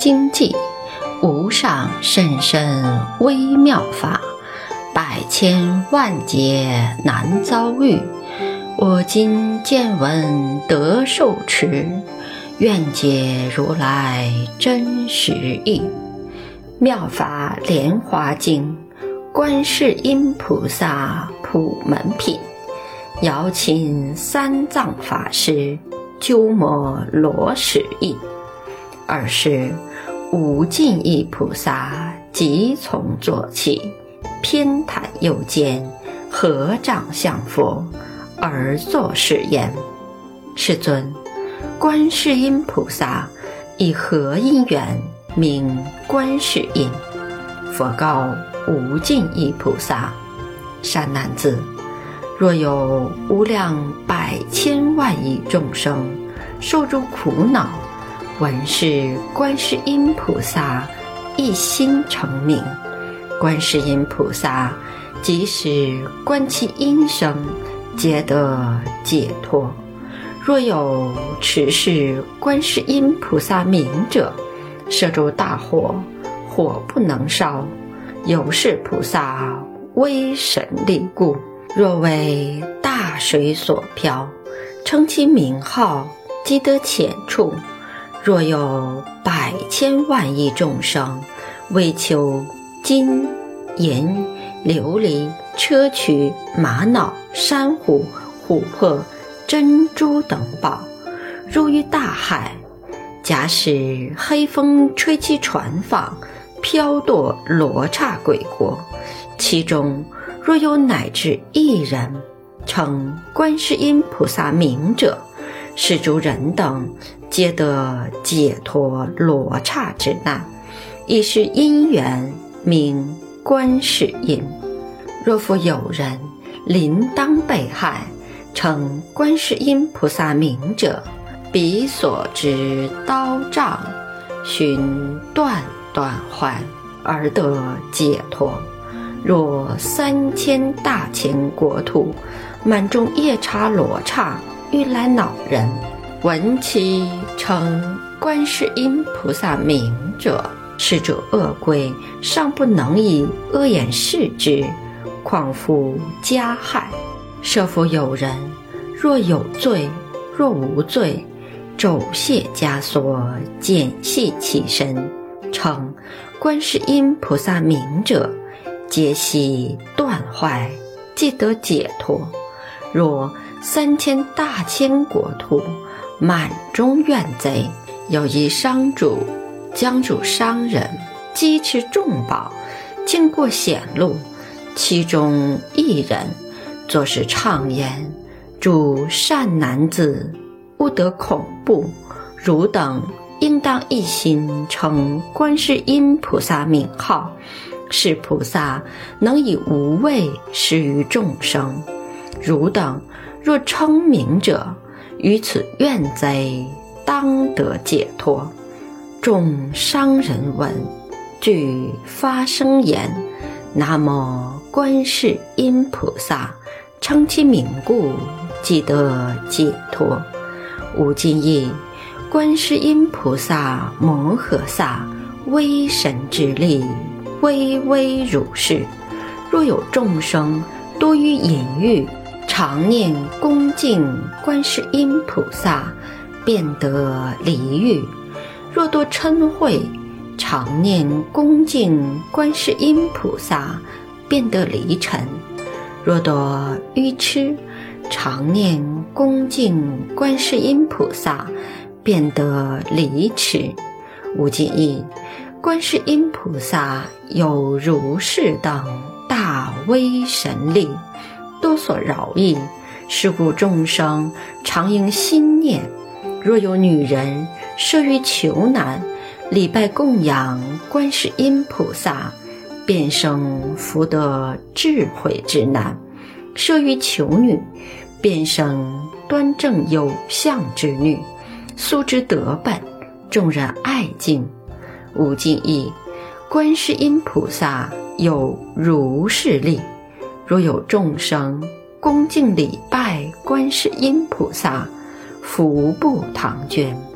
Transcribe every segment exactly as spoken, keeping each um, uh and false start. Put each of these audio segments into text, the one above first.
经济，无上甚深微妙法，百千万劫难遭遇。我今见闻得受持，愿解如来真实义。妙法莲华经，观世音菩萨普门品，姚钦三藏法师鸠摩罗什译。二是无尽意菩萨即从坐起，偏袒右肩，合掌向佛，而作是言：世尊，观世音菩萨以何因缘名观世音？佛告无尽意菩萨：善男子，若有无量百千万亿众生受诸苦恼，闻是观世音菩萨一心成名，观世音菩萨即使观其音声，皆得解脱。若有持是观世音菩萨名者，摄诸大火，火不能烧，有是菩萨威神力故。若为大水所漂，称其名号，即得浅处。若有百千万亿众生为求金银琉璃砗磲玛瑙珊瑚琥珀珍珠等宝，入于大海，假使黑风吹其船舫，飘堕罗刹鬼国，其中若有乃至一人称观世音菩萨名者，是诸人等皆得解脱罗刹之难，亦是因缘名观世音。若复有人临当被害，称观世音菩萨名者，彼所执刀杖寻断断坏，而得解脱。若三千大千国土满众夜叉罗刹欲来恼人，闻其称观世音菩萨名者，是者恶鬼尚不能以恶眼视之，况复加害。设复有人若有罪若无罪，肘卸枷锁，剪细其身，称观世音菩萨名者，皆悉断坏，即得解脱。若三千大千国土满中怨贼，有一商主将主商人，积持重宝，经过险路，其中一人作是畅言：诸善男子，勿得恐怖，汝等应当一心称观世音菩萨名号，是菩萨能以无畏施于众生。汝等若称名者，于此怨贼当得解脱。众商人闻，俱发声言：南无观世音菩萨，称其名故，即得解脱。无尽意观世音菩萨摩诃萨威神之力，巍巍如是。若有众生多于淫欲，常念恭敬观世音菩萨，便得离欲。若多嗔恚，常念恭敬观世音菩萨，便得离尘。若多愚痴，常念恭敬观世音菩萨，便得离痴。无尽意观世音菩萨有如是等大威神力，多所饶益，是故众生常应心念。若有女人摄于囚男，礼拜供养观世音菩萨，便生福得智慧之男；摄于囚女，便生端正有相之女，素质德本，众人爱敬。无尽意观世音菩萨有如是力。若有众生恭敬礼拜观世音菩萨，福布唐捐，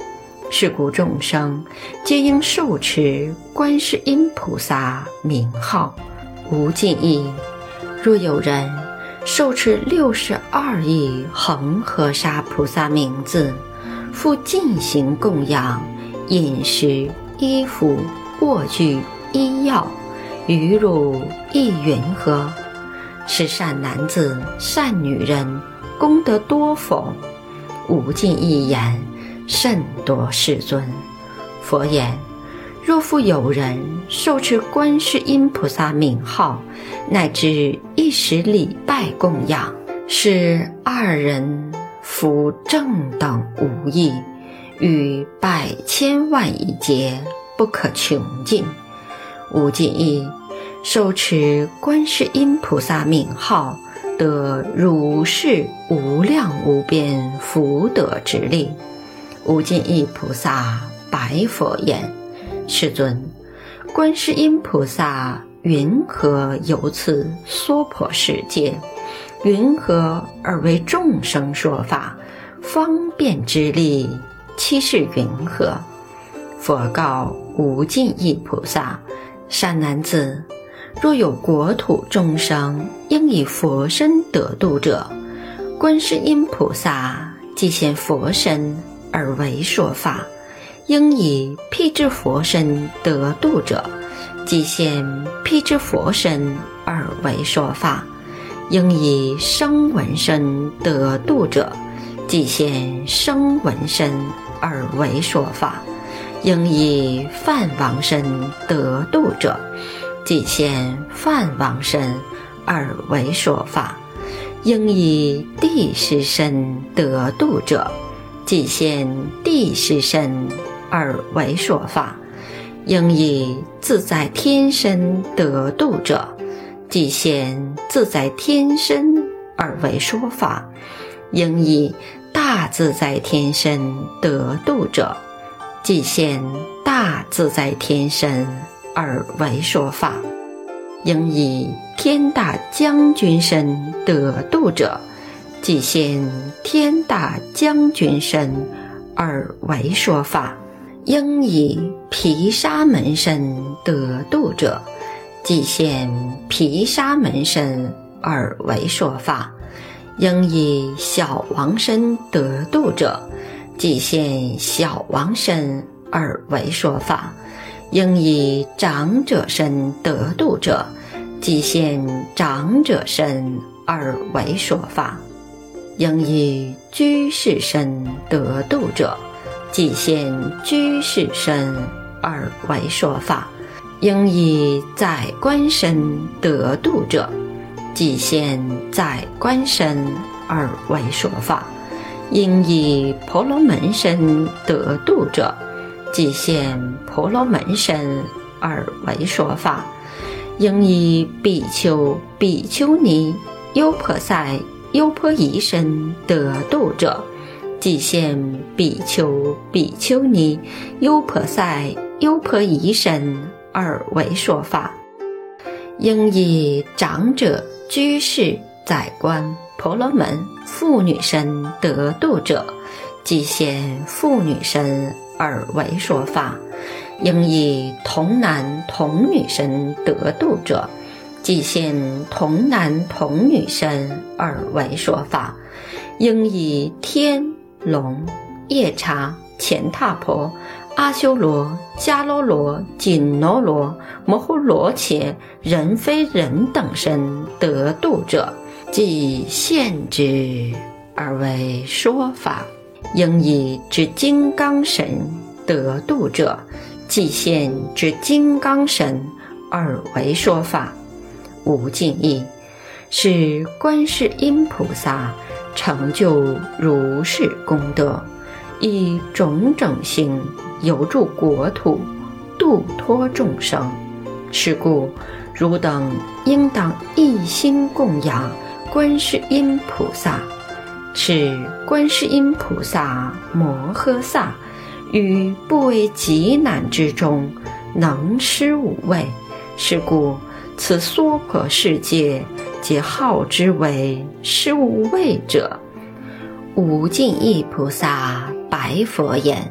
是故众生皆应受持观世音菩萨名号。无尽意，若有人受持六十二亿恒河沙菩萨名字，复进行供养，饮食、衣服、卧具、医药，于汝亦云何？是善男子、善女人，功德多否？无尽意言，甚多世尊。佛言：若复有人受持观世音菩萨名号，乃至一十礼拜供养，是二人福正等无异，与百千万亿劫不可穷尽。无尽意，受持观世音菩萨名号，得如是无量无边福德之力。无尽意菩萨白佛言：世尊，观世音菩萨云何游此娑婆世界？云何而为众生说法？方便之力，其是云何？佛告无尽意菩萨：善男子，若有国土众生应以佛身得度者，观世音菩萨即现佛身而为说法；应以辟支佛身得度者，即现辟支佛身而为说法；应以声闻身得度者，即现声闻身而为说法；应以梵王身得度者，即现梵王身而为说法；应以地势身得度者，即现地势身而为说法；应以自在天身得度者，即现自在天身而为说法；应以大自在天身得度者，即现大自在天身而为说法；应以天大将军身得度者，即现天大将军身而为说法；应以毗沙门身得度者，即现毗沙门身而为说法；应以小王身得度者，即现小王身而为说法；应以长者身得度者，即现长者身而为说法；应以居士身得度者，即现居士身而为说法；应以在观身得度者，即现在观身而为说法；应以婆罗门身得度者，即现婆罗门身而为说法；应以比丘、比丘尼、优婆塞、优婆夷身得度者，即现比丘、比丘尼、优婆塞、优婆夷身而为说法；应以长者、居士、宰官、婆罗门、妇女身得度者，即现妇女身而为说法；应以童男童女身得度者，即现童男童女身而为说法；应以天、龙、夜叉、乾闼婆、阿修罗、迦楼罗、紧罗罗、摩诃罗伽、人非人等身得度者，即现之而为说法；应以之金刚神得度者，即现之金刚神而为说法。无尽意，是观世音菩萨成就如是功德，以种种性游住国土，度脱众生。是故汝等应当一心供养观世音菩萨。是观世音菩萨摩诃萨于不为极难之中，能施五味。是故此娑婆世界皆号之为施五味者。无尽意菩萨白佛言：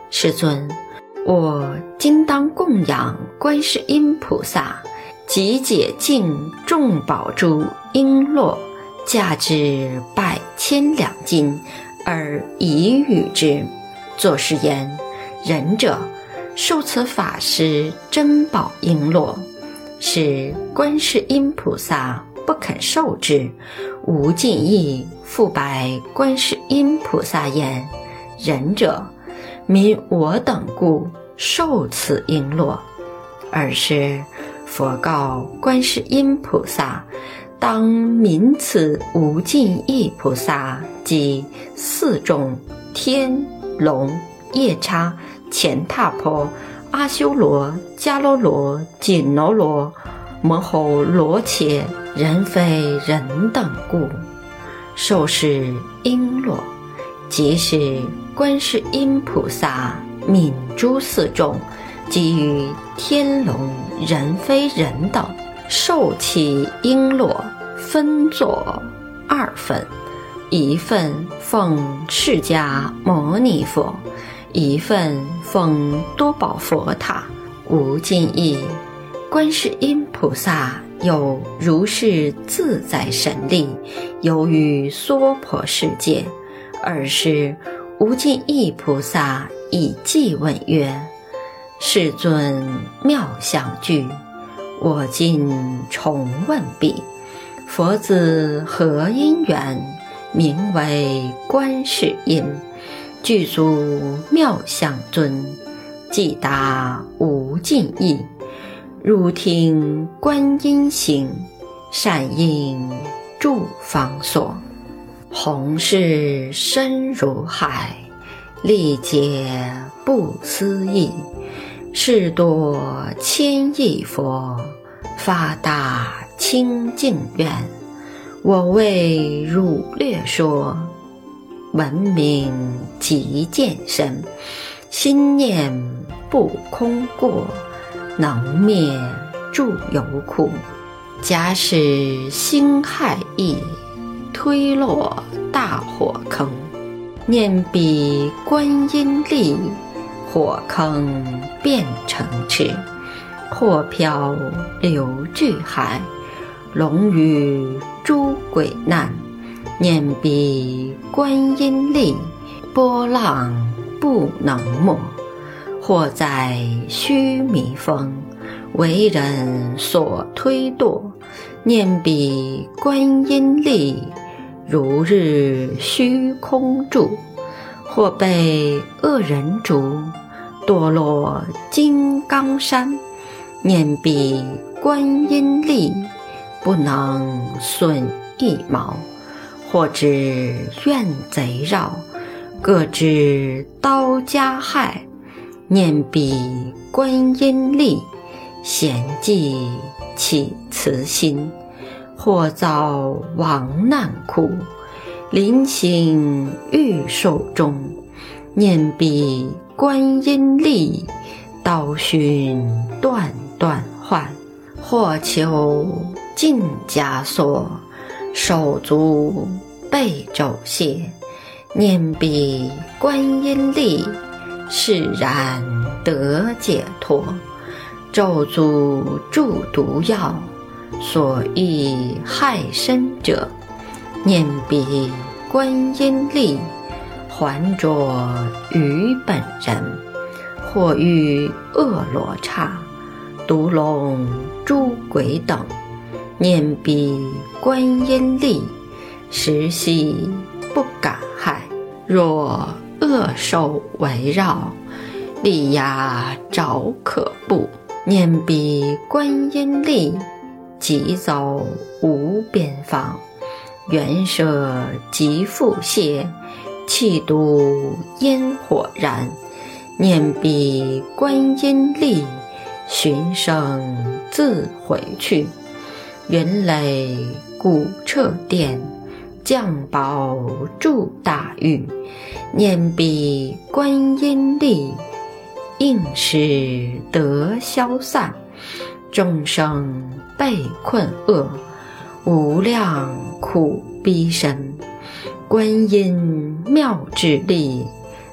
世尊，我今当供养观世音菩萨，即解净众宝珠璎珞，价值百千两金，而以与之。作是言：仁者，受此法师珍宝璎珞，是观世音菩萨不肯受之。无尽意复白观世音菩萨言：仁者，民我等故受此璎珞。尔时佛告观世音菩萨：当悯此无尽意菩萨及四众天龙夜叉乾闼婆阿修罗迦罗罗紧罗罗摩吼罗伽人非人等故受是璎珞。即是观世音菩萨悯诸四众，给予天龙人非人等，受其璎珞分作二份，一份奉释迦牟尼佛，一份奉多宝佛塔。无尽意，观世音菩萨有如是自在神力，游于娑婆世界。尔时无尽意菩萨以偈问曰：世尊妙相具，我今重问彼，佛子何因缘，名为观世音？具足妙相尊，即答无尽意。汝听观音行，善应诸方所。弘誓深如海，历劫不思议。是多千亿佛，发大清净愿。我为汝略说，闻名即见身。心念不空过，能灭诸有苦。假使心害意，推落大火坑。念彼观音力，火坑变成池。或漂流巨海，龙与诸鬼难。念彼观音力，波浪不能没。或在须弥峰，为人所推堕。念彼观音力，如日虚空住。或被恶人逐，堕落金刚山。念彼观音力，不能损一毛。或指怨贼绕，各执刀加害。念彼观音力，咸济起慈心。或遭亡难苦，临行欲寿终。念彼观音力，刀寻断断换。或求尽枷锁，手足被肘械。念彼观音力，释然得解脱。咒诅诸毒药，所欲害身者。念彼观音力，还着于本人。或遇恶罗刹、毒龙、诸鬼等。念彼观音力，实系不敢害。若恶兽围绕，力压着可怖。念彼观音力，即走无边方。缘舍即复谢，气毒烟火燃。念彼观音力，寻声自回去。云雷鼓彻电，降宝助大狱。念彼观音力，应时得消散。众生被困厄，无量苦逼身。观音妙智力，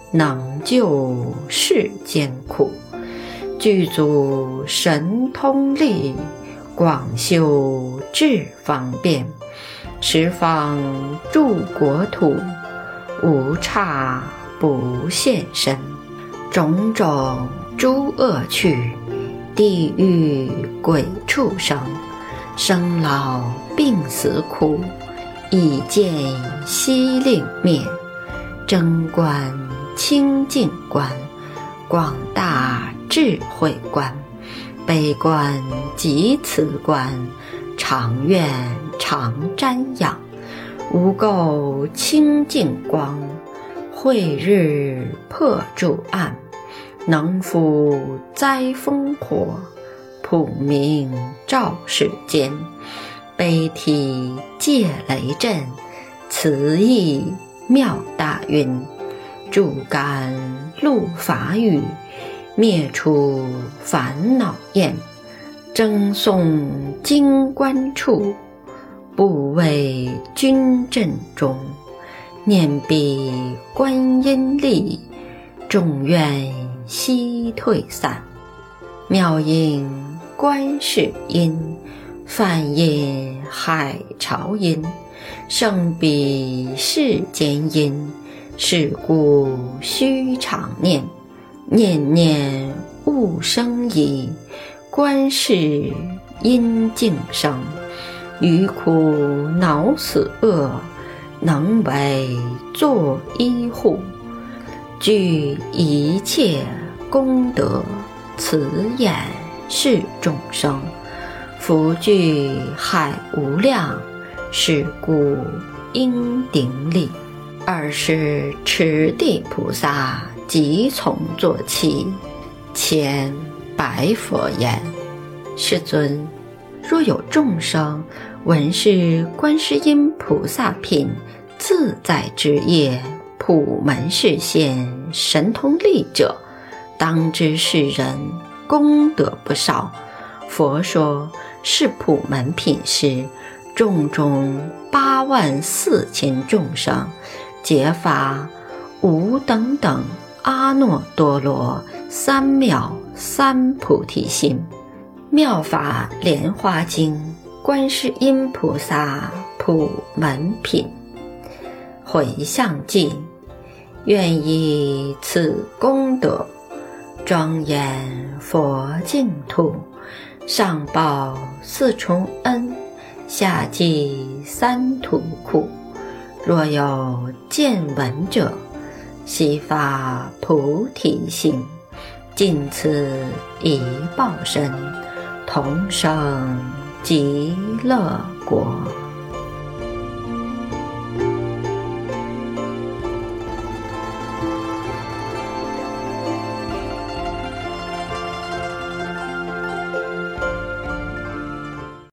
能救世间苦。具足神通力，广修智方便，十方诸国土，无差不现身。种种诸恶趣，地狱鬼畜生，生老病死苦，已见悉令灭。真观清净观，广大智慧观，悲观即此观，常愿常瞻仰。无垢清净光，慧日破诸暗，能伏灾风火，普明照世间。悲啼戒雷震，慈意妙大运，助甘露法语，灭除烦恼厌。争诵经观处，不为君阵中。念彼观音力，众愿悉退散。妙音观世音，梵音海潮音，胜彼世间音。是故须常念，念念勿生疑。观世音净生，于苦恼死厄，能为作依护。具一切功德，慈眼视众生。福聚海无量，是故应顶礼。二是持地菩萨即从坐起，前白佛言：世尊，若有众生闻是观世音菩萨品自在之业，普门示现神通力者，当知是人功德不少。佛说是普门品时，众中八万四千众生，结发无等等阿耨多罗三藐三菩提心。妙法莲华经观世音菩萨普门品。回向记，愿以此功德，庄严佛净土，上报四重恩，下济三途苦。若有见闻者，悉发菩提心，尽此一报身，同生极乐国。